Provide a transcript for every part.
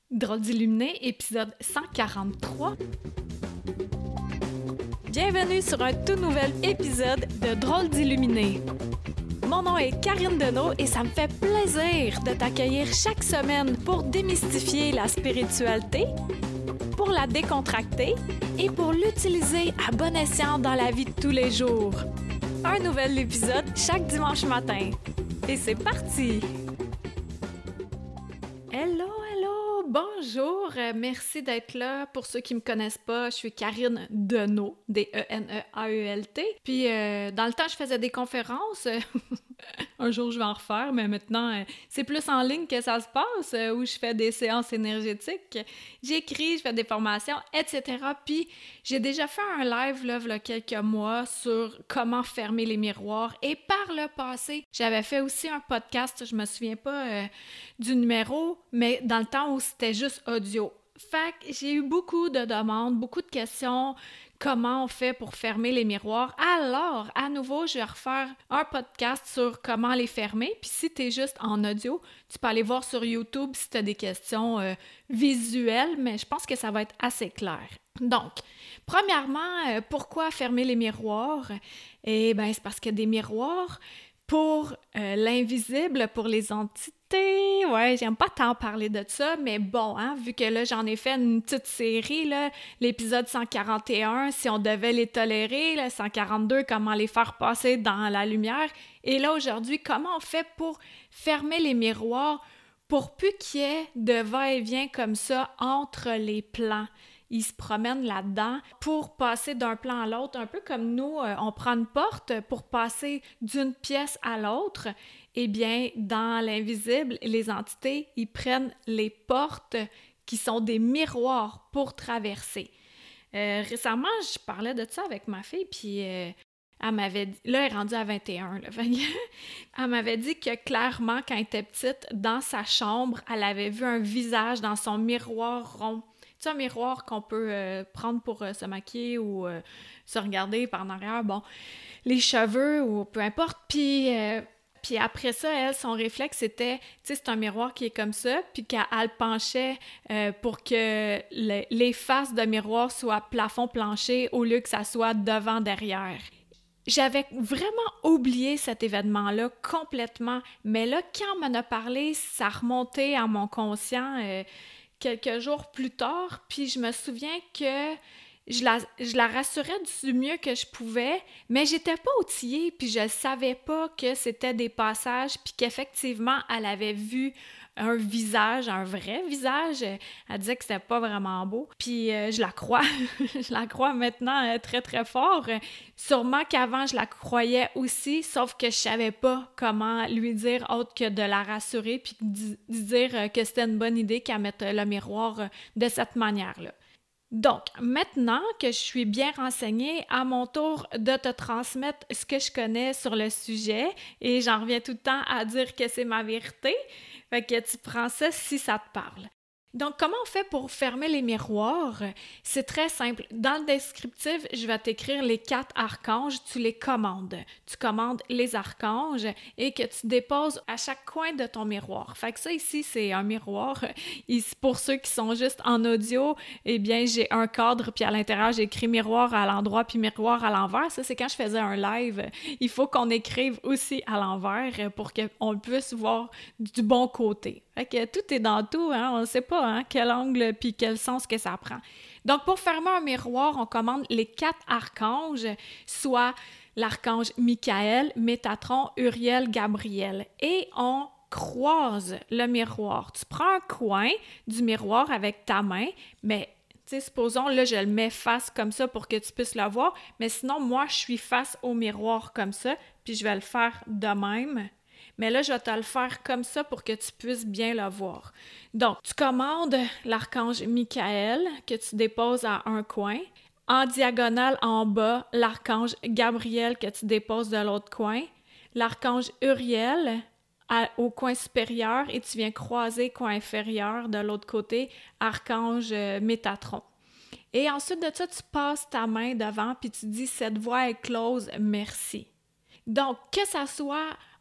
Drôles d'illuminés, épisode 143. Bienvenue sur un tout nouvel épisode de Drôles d'illuminés. Mon nom est Karine Deneau et ça me fait plaisir de t'accueillir chaque semaine pour démystifier la spiritualité, pour la décontracter et pour l'utiliser à bon escient dans la vie de tous les jours. Un nouvel épisode chaque dimanche matin. Et c'est parti! Hello! Bonjour, merci d'être là. Pour ceux qui me connaissent pas, je suis Karine Deneau, D-E-N-E-A-E-L-T. Puis dans le temps, je faisais des conférences. Un jour, je vais en refaire, mais maintenant, c'est plus en ligne que ça se passe, où je fais des séances énergétiques. J'écris, je fais des formations, etc. Puis j'ai déjà fait un live, là, il y a quelques mois, sur comment fermer les miroirs. Et par le passé, j'avais fait aussi un podcast, je me souviens pas du numéro, mais dans le temps où c'était juste audio. Fait que j'ai eu beaucoup de demandes, beaucoup de questions. Comment on fait pour fermer les miroirs? Alors, à nouveau, je vais refaire un podcast sur comment les fermer. Puis si tu es juste en audio, tu peux aller voir sur YouTube si tu as des questions visuelles, mais je pense que ça va être assez clair. Donc, premièrement, pourquoi fermer les miroirs? Eh bien, c'est parce qu'il y a des miroirs pour l'invisible, pour les entités. Ouais, j'aime pas tant parler de ça, mais bon, hein, vu que là, j'en ai fait une petite série, là, l'épisode 141, si on devait les tolérer, là, 142, comment les faire passer dans la lumière. Et là, aujourd'hui, comment on fait pour fermer les miroirs pour plus qu'il y ait de va-et-vient comme ça entre les plans. Ils se promènent là-dedans pour passer d'un plan à l'autre, un peu comme nous, on prend une porte pour passer d'une pièce à l'autre. Eh bien, dans l'invisible, les entités, ils prennent les portes qui sont des miroirs pour traverser. Récemment, je parlais de ça avec ma fille, puis elle m'avait dit, là, elle est rendue à 21, là, elle m'avait dit que clairement, quand elle était petite, dans sa chambre, elle avait vu un visage dans son miroir rond. Tu sais, un miroir qu'on peut prendre pour se maquiller ou se regarder par en arrière, bon, les cheveux ou peu importe. Puis après ça, elle, son réflexe, c'était, tu sais, c'est un miroir qui est comme ça, puis qu'elle penchait pour que les faces de miroir soient plafond-plancher au lieu que ça soit devant-derrière. J'avais vraiment oublié cet événement-là complètement, mais là, quand on m'en a parlé, ça remontait à mon conscient quelques jours plus tard, puis je me souviens que je la rassurais du mieux que je pouvais, mais j'étais pas outillée, puis je savais pas que c'était des passages, puis qu'effectivement, elle avait vu un visage, un vrai visage. Elle disait que c'était pas vraiment beau, puis je la crois. Je la crois maintenant très, très fort. Sûrement qu'avant, je la croyais aussi, sauf que je savais pas comment lui dire autre que de la rassurer, puis de dire que c'était une bonne idée qu'elle mette le miroir de cette manière-là. Donc, maintenant que je suis bien renseignée, à mon tour de te transmettre ce que je connais sur le sujet, et j'en reviens tout le temps à dire que c'est ma vérité, fait que tu prends ça si ça te parle. Donc, comment on fait pour fermer les miroirs? C'est très simple. Dans le descriptif, je vais t'écrire les 4 archanges, tu les commandes. Tu commandes les archanges et que tu déposes à chaque coin de ton miroir. Fait que ça ici, c'est un miroir. Ici, pour ceux qui sont juste en audio, eh bien, j'ai un cadre, puis à l'intérieur, j'ai écrit miroir à l'endroit, puis miroir à l'envers. Ça, c'est quand je faisais un live. Il faut qu'on écrive aussi à l'envers pour qu'on puisse voir du bon côté. Fait que tout est dans tout, hein? On ne sait pas quel angle puis quel sens que ça prend. Donc, pour fermer un miroir, on commande les 4 archanges, soit l'archange Michael, Métatron, Uriel, Gabriel. Et on croise le miroir. Tu prends un coin du miroir avec ta main, mais tu sais, supposons, là, je le mets face comme ça pour que tu puisses le voir, mais sinon, moi, je suis face au miroir comme ça, puis je vais le faire de même. Mais là, je vais te le faire comme ça pour que tu puisses bien le voir. Donc, tu commandes l'archange Michael que tu déposes à un coin. En diagonale, en bas, l'archange Gabriel que tu déposes de l'autre coin. L'archange Uriel au coin supérieur et tu viens croiser coin inférieur de l'autre côté, archange Métatron. Et ensuite de ça, tu passes ta main devant puis tu dis « Cette voie est close, merci ». Donc, que ça soit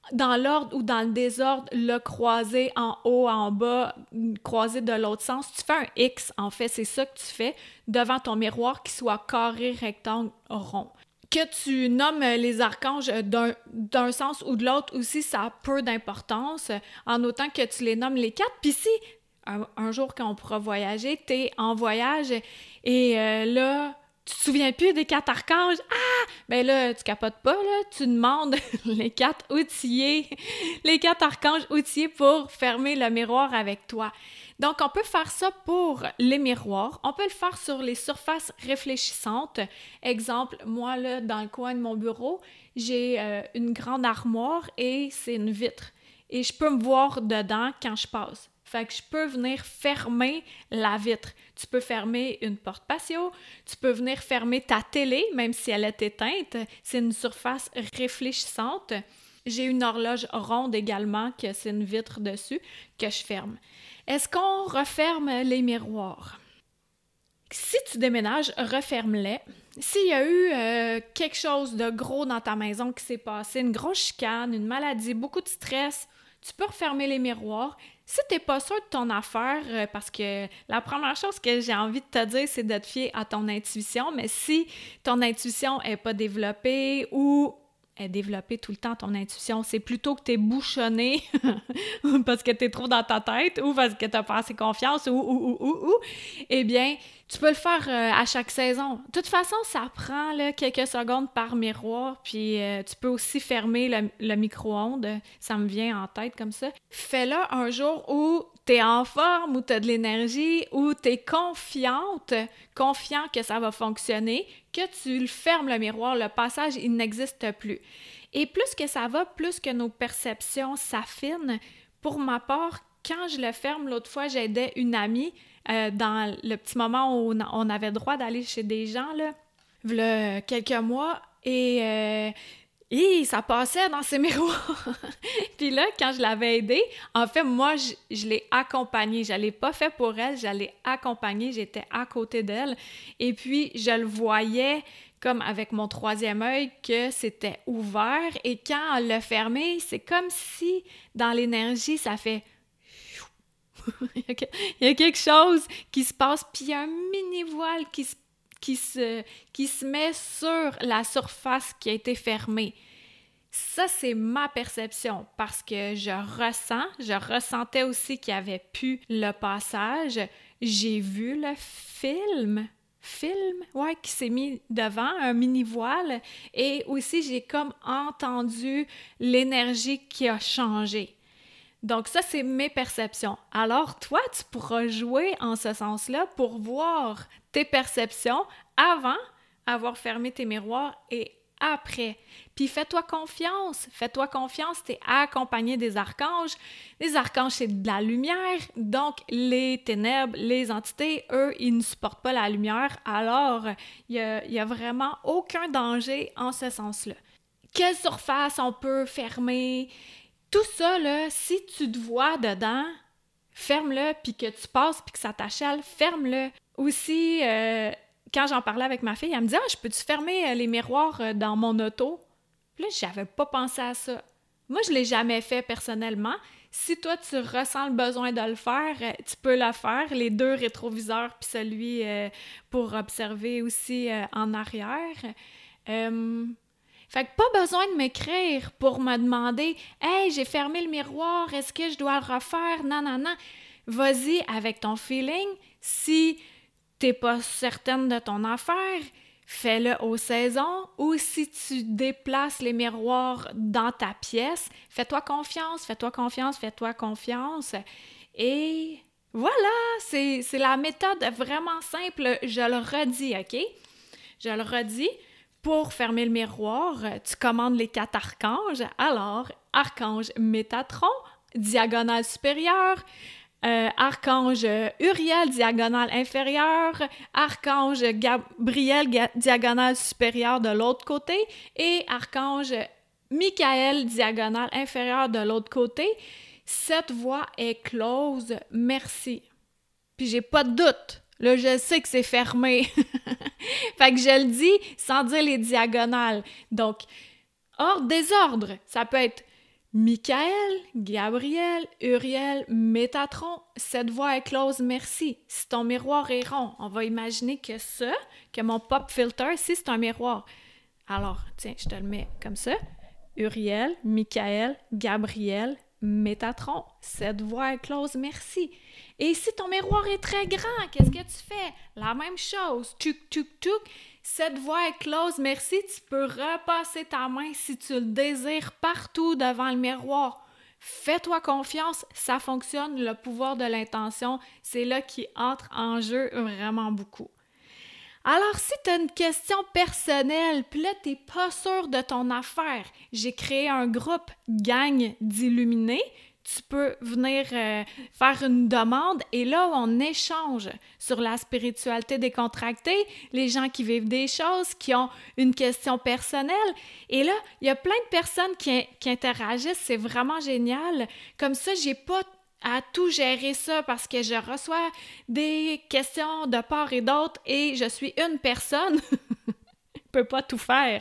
dans l'ordre ou dans le désordre, le croiser en haut, en bas, croiser de l'autre sens. Tu fais un X, en fait, c'est ça que tu fais devant ton miroir, qui soit carré, rectangle, rond. Que tu nommes les archanges d'un sens ou de l'autre aussi, ça a peu d'importance, en autant que tu les nommes les 4. Puis si, un jour quand on pourra voyager, t'es en voyage et là, tu te souviens plus des 4 archanges, ben là, tu capotes pas, là, tu demandes les 4 outillés, les 4 archanges outillés pour fermer le miroir avec toi. Donc, on peut faire ça pour les miroirs. On peut le faire sur les surfaces réfléchissantes. Exemple, moi, là, dans le coin de mon bureau, j'ai une grande armoire et c'est une vitre. Et je peux me voir dedans quand je passe. Fait que je peux venir fermer la vitre. Tu peux fermer une porte patio, tu peux venir fermer ta télé, même si elle est éteinte. C'est une surface réfléchissante. J'ai une horloge ronde également, que c'est une vitre dessus, que je ferme. Est-ce qu'on referme les miroirs? Si tu déménages, referme-les. S'il y a eu quelque chose de gros dans ta maison qui s'est passé, une grosse chicane, une maladie, beaucoup de stress, tu peux refermer les miroirs. Si tu n'es pas sûr de ton affaire, parce que la première chose que j'ai envie de te dire, c'est de te fier à ton intuition, mais si ton intuition n'est pas développée ou est développée tout le temps, ton intuition, c'est plutôt que tu es bouchonné parce que tu es trop dans ta tête ou parce que tu n'as pas assez confiance ou, eh bien, tu peux le faire à chaque saison. De toute façon, ça prend là, quelques secondes par miroir, puis tu peux aussi fermer le micro-ondes. Ça me vient en tête comme ça. Fais-le un jour où tu es en forme, où tu as de l'énergie, où tu es confiant que ça va fonctionner, que tu le fermes le miroir, le passage, il n'existe plus. Et plus que ça va, plus que nos perceptions s'affinent. Pour ma part, quand je le ferme, l'autre fois, j'aidais une amie dans le petit moment où on avait le droit d'aller chez des gens, là, v'là quelques mois, et ça passait dans ses miroirs. Puis là, quand je l'avais aidée, en fait, moi, je l'ai accompagnée. Je ne l'ai pas fait pour elle, je l'ai accompagnée, j'étais à côté d'elle. Et puis, je le voyais comme avec mon troisième œil que c'était ouvert. Et quand elle l'a fermé, c'est comme si, dans l'énergie, ça fait... Il y a quelque chose qui se passe, puis il y a un mini-voile qui se met sur la surface qui a été fermée. Ça, c'est ma perception parce que je ressentais aussi qu'il n'y avait plus le passage. J'ai vu le film, qui s'est mis devant, un mini-voile, et aussi j'ai comme entendu l'énergie qui a changé. Donc ça, c'est mes perceptions. Alors toi, tu pourras jouer en ce sens-là pour voir tes perceptions avant avoir fermé tes miroirs et après. Puis fais-toi confiance, t'es accompagné des archanges. Les archanges, c'est de la lumière, donc les ténèbres, les entités, eux, ils ne supportent pas la lumière, alors il y a vraiment aucun danger en ce sens-là. Quelle surface on peut fermer? Tout ça, là, si tu te vois dedans, ferme-le, puis que tu passes, puis que ça t'achale, ferme-le. Aussi, quand j'en parlais avec ma fille, elle me dit « Ah, je peux-tu fermer les miroirs dans mon auto? » Puis là, j'avais pas pensé à ça. Moi, je l'ai jamais fait personnellement. Si toi, tu ressens le besoin de le faire, tu peux le faire. Les 2 rétroviseurs, puis celui pour observer aussi en arrière. Fait que pas besoin de m'écrire pour me demander « Hey, j'ai fermé le miroir, est-ce que je dois le refaire? » Non. Vas-y avec ton feeling. Si t'es pas certaine de ton affaire, fais-le aux saisons. Ou si tu déplaces les miroirs dans ta pièce, fais-toi confiance. Et voilà, c'est la méthode vraiment simple. Je le redis, OK? Je le redis. Pour fermer le miroir, tu commandes les 4 archanges. Alors, archange Métatron, diagonale supérieure, archange Uriel, diagonale inférieure, archange Gabriel, diagonale supérieure de l'autre côté, et archange Michael, diagonale inférieure de l'autre côté. Cette voie est close, merci. Puis j'ai pas de doute. Là, je sais que c'est fermé. Fait que je le dis sans dire les diagonales. Donc, ordre, désordre, ça peut être Michael, Gabriel, Uriel, Métatron, cette voie est close, merci. Si ton miroir est rond, on va imaginer que mon pop filter, si c'est un miroir. Alors, tiens, je te le mets comme ça. Uriel, Michael, Gabriel, Métatron, cette voie est close, merci. Et si ton miroir est très grand, qu'est-ce que tu fais? La même chose. Tuc, tuc, tuc. Cette voie est close, merci. Tu peux repasser ta main si tu le désires partout devant le miroir. Fais-toi confiance, ça fonctionne. Le pouvoir de l'intention, c'est là qui entre en jeu vraiment beaucoup. Alors, si tu as une question personnelle, puis là, tu n'es pas sûr de ton affaire, j'ai créé un groupe Gang d'Illuminés. Tu peux venir faire une demande et là, on échange sur la spiritualité décontractée, les gens qui vivent des choses, qui ont une question personnelle. Et là, il y a plein de personnes qui interagissent, c'est vraiment génial. Comme ça, j'ai pas à tout gérer ça parce que je reçois des questions de part et d'autre et je suis une personne. Peut pas tout faire.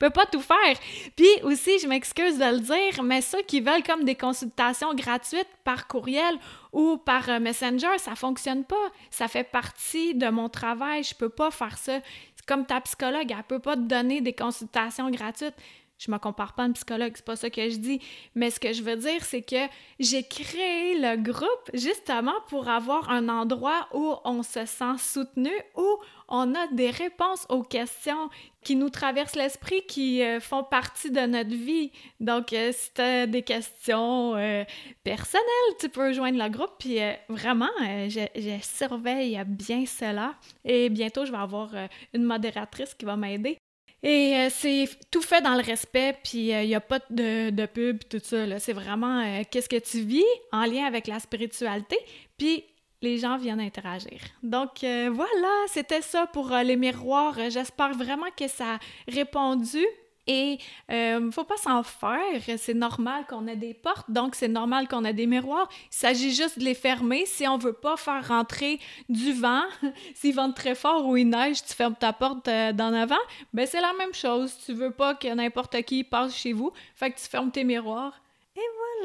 Puis aussi, je m'excuse de le dire, mais ceux qui veulent comme des consultations gratuites par courriel ou par Messenger, ça fonctionne pas. Ça fait partie de mon travail. Je peux pas faire ça. C'est comme ta psychologue, elle peut pas te donner des consultations gratuites. Je me compare pas à une psychologue, c'est pas ça que je dis. Mais ce que je veux dire, c'est que j'ai créé le groupe justement pour avoir un endroit où on se sent soutenu, où on a des réponses aux questions qui nous traversent l'esprit, qui font partie de notre vie. Donc, si tu as des questions personnelles, tu peux rejoindre le groupe. Puis vraiment, je surveille bien cela. Et bientôt, je vais avoir une modératrice qui va m'aider. Et c'est tout fait dans le respect, puis il n'y a pas de pub, tout ça. Là. C'est vraiment qu'est-ce que tu vis en lien avec la spiritualité, puis les gens viennent interagir. Donc voilà, c'était ça pour les miroirs. J'espère vraiment que ça a répondu. Et faut pas s'en faire, c'est normal qu'on ait des portes, donc c'est normal qu'on ait des miroirs. Il s'agit juste de les fermer. Si on veut pas faire rentrer du vent, s'il vente très fort ou il neige, tu fermes ta porte d'en avant, ben c'est la même chose. Tu veux pas que n'importe qui passe chez vous, fait que tu fermes tes miroirs. Et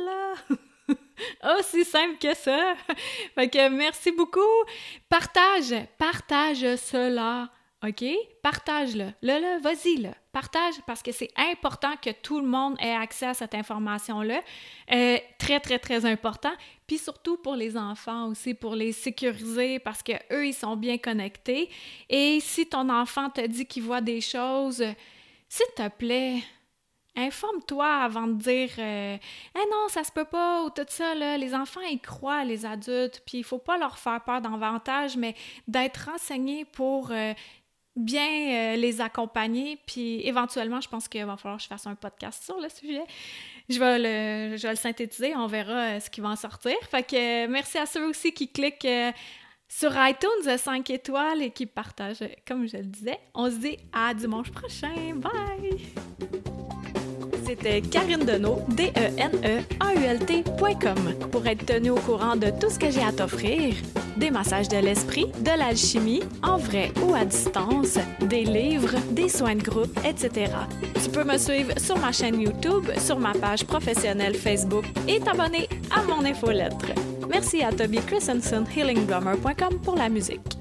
voilà! Aussi simple que ça! Fait que merci beaucoup! Partage cela! OK? Partage-le. Là, vas-y, là. Partage parce que c'est important que tout le monde ait accès à cette information-là. Très, très, très important. Puis surtout pour les enfants aussi, pour les sécuriser parce qu'eux, ils sont bien connectés. Et si ton enfant te dit qu'il voit des choses, s'il te plaît, informe-toi avant de dire non, ça se peut pas » ou tout ça. Là. Les enfants, ils croient, les adultes, puis il faut pas leur faire peur davantage, mais d'être renseignés pour bien les accompagner, puis éventuellement, je pense qu'il va falloir que je fasse un podcast sur le sujet. Je vais le synthétiser, on verra ce qui va en sortir. Fait que merci à ceux aussi qui cliquent sur iTunes 5 étoiles et qui partagent, comme je le disais. On se dit à dimanche prochain. Bye! C'était Karine Deneau, DENEAULT.com. Pour être tenu au courant de tout ce que j'ai à t'offrir, des massages de l'esprit, de l'alchimie, en vrai ou à distance, des livres, des soins de groupe, etc. Tu peux me suivre sur ma chaîne YouTube, sur ma page professionnelle Facebook et t'abonner à mon infolettre. Merci à Toby Christensen, healingdrummer.com pour la musique.